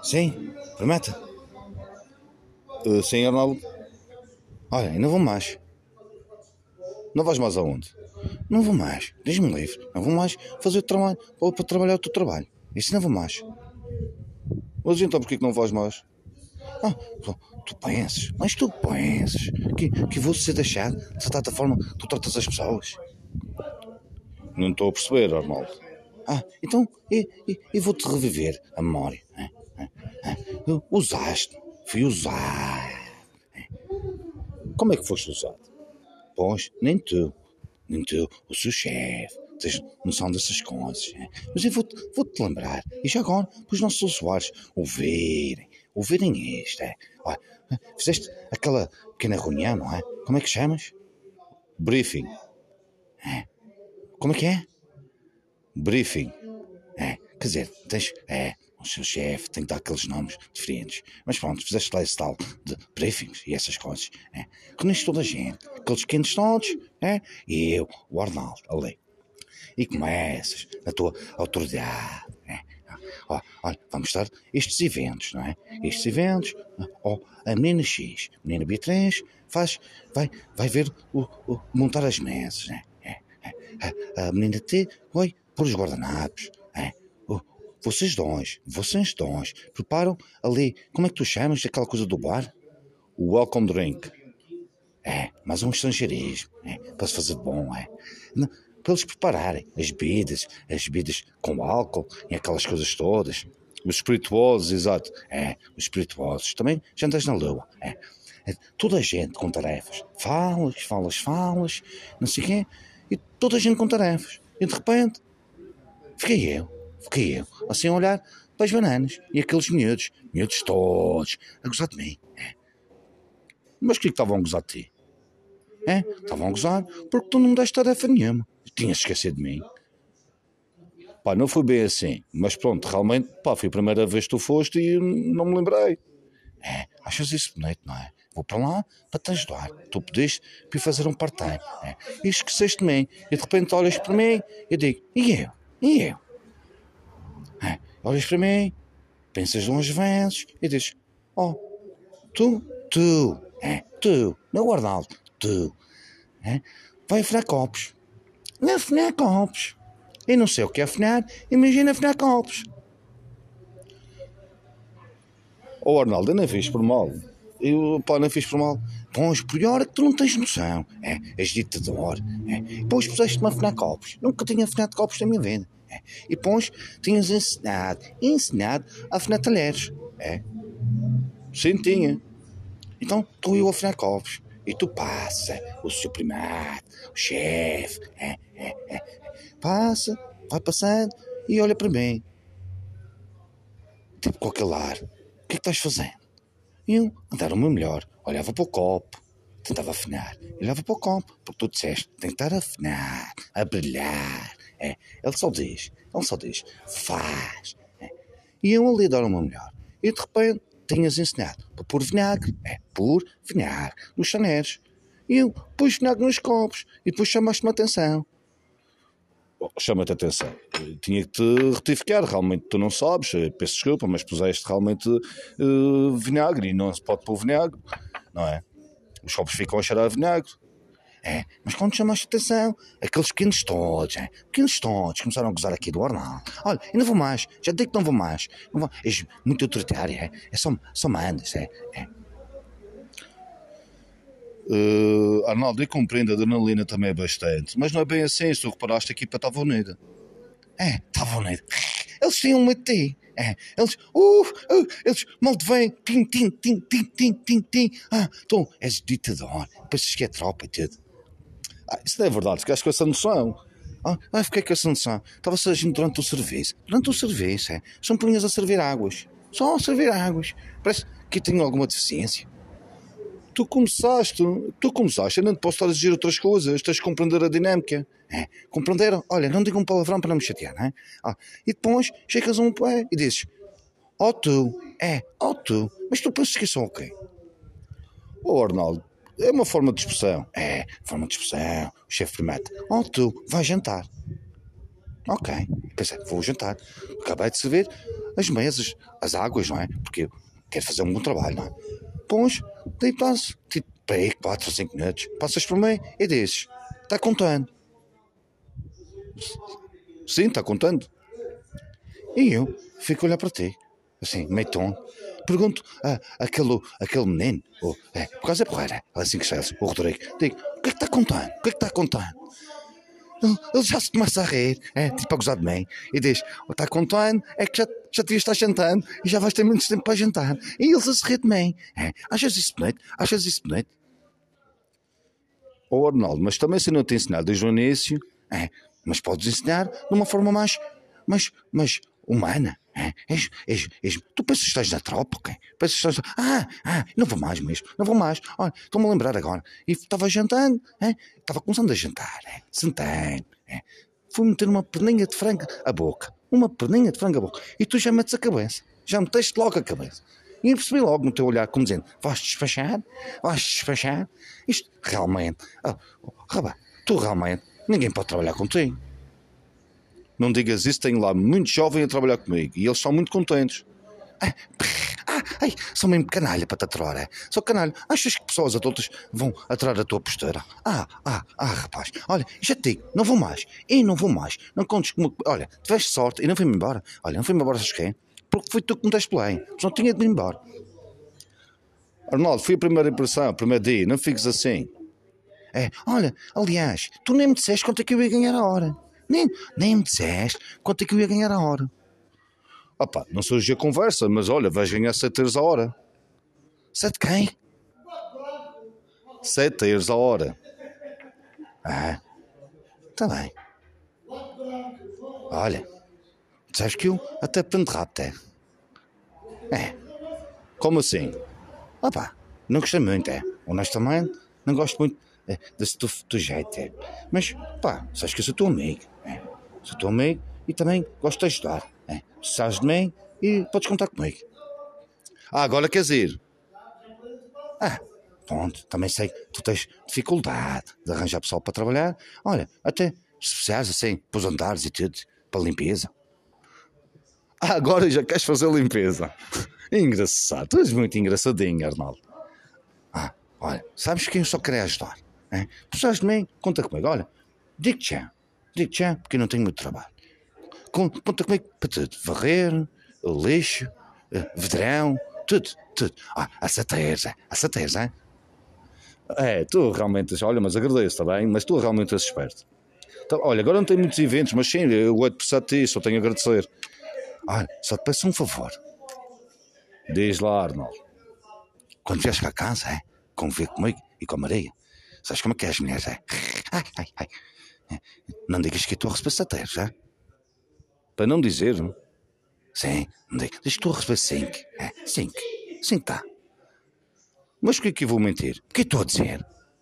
Sim, promete. Sim, Arnaldo. Olha, ainda vou mais. Não vais mais aonde? Não vou mais. Diz-me livre. Não vou mais fazer o trabalho. Ou para trabalhar o teu trabalho. Isso não vou mais. Mas então porquê que não vais mais? Tu pensas, mas tu pensas que vou ser deixado de tratar da forma que tu tratas as pessoas? Não estou a perceber, Arnaldo. Então eu vou-te reviver a memória. Usaste-me. Fui usado. Como é que foste usado? Pois, nem tu, o seu chefe, tens noção dessas coisas. Mas eu vou-te lembrar, e já agora, para os nossos usuários ouvirem isto. Olha, fizeste aquela pequena reunião, não é? Como é que chamas? Briefing. Como é que é? Briefing. Quer dizer, tens... o seu chefe tem que dar aqueles nomes diferentes. Mas pronto, fizeste lá esse tal de briefings e essas coisas. Reuniste toda a gente, aqueles quentes todos, e eu, o Arnaldo, ali. E começas, na tua autoridade. Olha, vamos estar estes eventos, não é? Estes eventos, a menina X, a menina Beatriz, vai ver montar as mesas, a menina T vai pôr os guardanapos, Vocês dois, preparam ali, como é que tu chamas aquela coisa do bar? O welcome drink. Mas um estrangeirismo, para se fazer de bom, para eles prepararem as bebidas com álcool e aquelas coisas todas. Os espirituosos, exato. Os espirituosos. Também já andas na lua. Toda a gente com tarefas. Falas, não sei o quê. E toda a gente com tarefas. E de repente, fiquei eu, assim a olhar para as bananas e aqueles miúdos todos, a gozar de mim. Mas que estavam a gozar de ti? Estavam a gozar porque tu não me deste tarefa nenhuma. Tinhas esquecido de mim. Não foi bem assim, mas pronto, realmente, foi a primeira vez que tu foste e não me lembrei. Achas isso bonito, não é? Vou para lá para te ajudar. Tu pediste para ir fazer um part-time. E esqueceste de mim. E de repente olhas para mim e eu digo, e eu? Olhas para mim, pensas de uns vezes e dizes, tu, não Arnaldo, tu, vai afinar copos. Não afinar copos. Eu não sei o que é afinar, imagina afinar copos. Arnaldo, eu nem fiz por mal. Não fiz por mal. Pois, pior é que tu não tens noção. És ditador. Depois puseste-me a afinar copos. Nunca tinha afinado copos na minha vida. E depois tinhas ensinado a afinar talheres. Sim, tinha. Então, estou eu a afinar copos. E tu passa, o seu primado, o chefe. Passa, vai passando e olha para mim. Tipo com aquele ar. O que é que estás fazendo? E eu, a dar o meu melhor, olhava para o copo, tentava afinar. Olhava para o copo, porque tu disseste, tem que estar a afinar, a brilhar. Ele só diz, faz. E eu ali a dar o meu melhor. E de repente, tinhas ensinado para pôr vinagre, nos chaneres. E eu pus vinagre nos copos, e depois chamaste-me a atenção. Chama-te a atenção. Tinha que te retificar, realmente tu não sabes, peço desculpa, mas puseste realmente vinagre e não se pode pôr vinagre, não é? Os copos ficam a cheirar a vinagre. Mas quando chamaste a atenção, aqueles pequenos todos começaram a gozar aqui do Arnaldo. Olha, e não vou mais, já digo que não vou mais. És muito autoritário, só mandas, Arnaldo, eu compreendo, a adrenalina também é bastante, mas não é bem assim, se tu reparaste, a equipa estava unida. Estava unida. Eles tinham medo de ti. Eles mal te vêm, tim. Tu és ditador, pensas que é tropa e tudo. Isso não é verdade, ficaste com essa noção. Fiquei com essa noção. Estava-se a gente durante o serviço. São punhas a servir águas. Só a servir águas. Parece que tenho alguma deficiência. Tu começaste, eu não te posso estar a dizer outras coisas, tens de compreender a dinâmica. Compreenderam? Olha, não digo um palavrão para não me chatear, não é? E depois chegas a um pé e dizes, tu, mas tu pensas que sou o quê? Arnaldo, é uma forma de expressão. O chefe primata, tu, vai jantar. Ok. Pensei, vou jantar. Acabei de servir as mesas, as águas, não é? Porque eu quero fazer um bom trabalho, não é? Pois, daí passo, tipo, para aí 4 ou 5 minutos, passas por mim e dizes, está contando? Sim, está contando. E eu fico a olhar para ti, assim, meio tonto. Pergunto a aquele menino, por causa da porreira, assim que chega, o Rodrigo, digo, o que é que está contando? O que é que está contando? Ele já se começa a rir, tipo a gozar de mim, e diz, está contando, é que já devias estar jantando e já vais ter muito tempo para jantar. E ele se rir de mim. Achas isso bonito? Achas isso bonito? Arnaldo, mas também se não te ensinar desde o início, mas podes ensinar de uma forma mais humana. Tu pensas que estás na tropa, ok? Pensas que estás... não vou mais mesmo, não vou mais. Olha, estou-me a lembrar agora. E estava jantando, estava começando a jantar, sentei, fui meter uma perninha de frango à boca. Uma perninha de frango à boca. E tu já metes a cabeça. Já meteste logo a cabeça. E eu percebi logo no teu olhar, como dizendo, vais despachar? Vais despachar? Isto, realmente, rapaz, tu realmente, ninguém pode trabalhar contigo. Não digas isso, tenho lá muito jovem a trabalhar comigo e eles são muito contentes. Sou mesmo canalha para te aturar, Sou canalha. Achas que pessoas adultas vão aturar a tua postura? Rapaz. Olha, já te digo, não vou mais. E não vou mais. Não contes como... Olha, tiveste sorte e não fui-me embora. Olha, não fui-me embora, sabes quem? Porque foi tu que me deste bem. Mas não tinha de ir embora. Arnaldo, foi a primeira impressão, o primeiro dia. Não fiques assim. Olha, aliás, tu nem me disseste quanto é que eu ia ganhar a hora. Nem me disseste quanto é que eu ia ganhar a hora. Não surgiu a conversa, mas olha, vais ganhar 7 euros a hora. 7 quem? 7 euros a hora. Está bem. Olha, sabes que eu até aprendo rápido, Como assim? Não gostei muito, Honestamente, não gosto muito desse teu jeito, Mas, sabes que eu sou teu amigo, Sou teu amigo e também gosto de ajudar, Sabes de mim e podes contar comigo. Agora queres ir? Pronto, também sei que tu tens dificuldade de arranjar pessoal para trabalhar. Olha, até especiais assim, para os andares e tudo, para a limpeza. Agora já queres fazer limpeza. Engraçado, tu és muito engraçadinho, Arnaldo. Olha, sabes que eu só queria ajudar. Precisares de mim? Conta comigo. Olha, digo-te já, porque eu não tenho muito trabalho. Conta comigo para tudo. Varrer, lixo, vedrão, tudo. A 7 euros, tu realmente, olha, mas agradeço, está bem? Mas tu realmente és esperto. Então, olha, agora não tenho muitos eventos, mas sim, eu gosto de precisar de ti, só tenho a agradecer. Olha, só te peço um favor. Diz lá, Arnaldo. Quando vieres cá a casa, convive comigo e com a Maria. Sabes como é que é as mulheres, Não digas que eu estou a receber 7 euros, Para não dizer, não? Sim, não digas. Diz que estou a receber 5. 5 tá. Mas porquê que eu vou mentir? O que estou a dizer?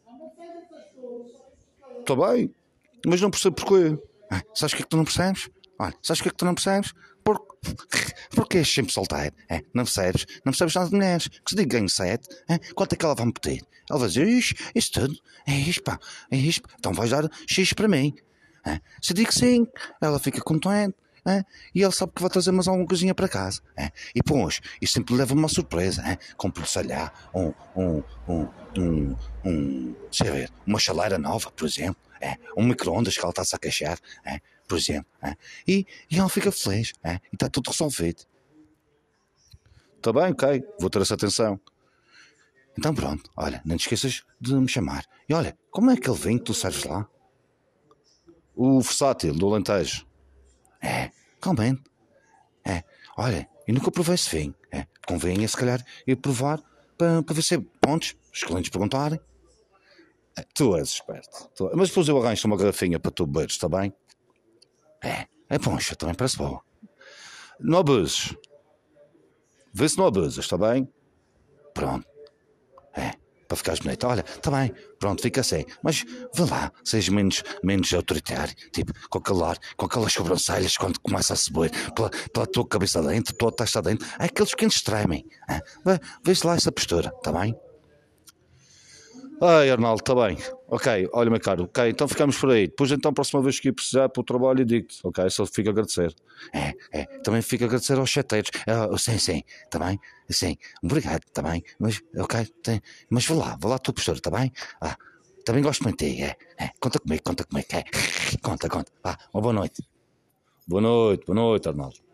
Está bem, mas não percebo porquê. Sabes o que é que tu não percebes? Olha, sabes o que é que tu não percebes? Porque és sempre solteiro. Não percebes nada de mulheres. Que se diga ganho 7, quanto é que ela vai me pedir? Ela vai dizer, isso tudo, é isto, então vais dar X para mim. Se eu digo 5, ela fica contente. E ele sabe que vai trazer mais alguma coisinha para casa. E depois, isso sempre leva uma surpresa. Compro-lhe, sei lá, deixa eu ver, uma chaleira nova, por exemplo. Um micro-ondas que ela está-se a queixar, por exemplo. E ela fica feliz. E está tudo resolvido. Está bem, ok, vou ter essa atenção. Então pronto, olha, não te esqueças de me chamar. E olha, como é aquele vinho que tu serves lá? O versátil do Alentejo. Realmente. Olha, eu nunca provei esse vinho. Convém, se calhar, ir provar para ver se é pontos. Os clientes perguntarem. Tu és esperto. Mas depois eu arranjo uma garrafinha para tu beberes, está bem? Poncha, também parece boa. Não abuses. Vê se não abusas, está bem? Pronto. Para ficares bonito. Olha, está bem, pronto, fica assim. Mas vê lá, seja menos autoritário. Tipo, com aquelas sobrancelhas quando começa a subir pela tua cabeça dentro, tua testa dentro. Aqueles que nos tremem. Vê lá essa postura, está bem? Ai, Arnaldo, está bem. Ok, olha, meu caro, ok, então ficamos por aí. Depois, então, próxima vez que precisar para o trabalho, digo-te, ok, só fico a agradecer. Também fico a agradecer aos chateiros. Sim, também, sim, obrigado, também, mas, ok, mas vou lá, tua postura, está bem? Também gosto muito de ti, conta comigo, conta, uma boa noite. Boa noite, Arnaldo.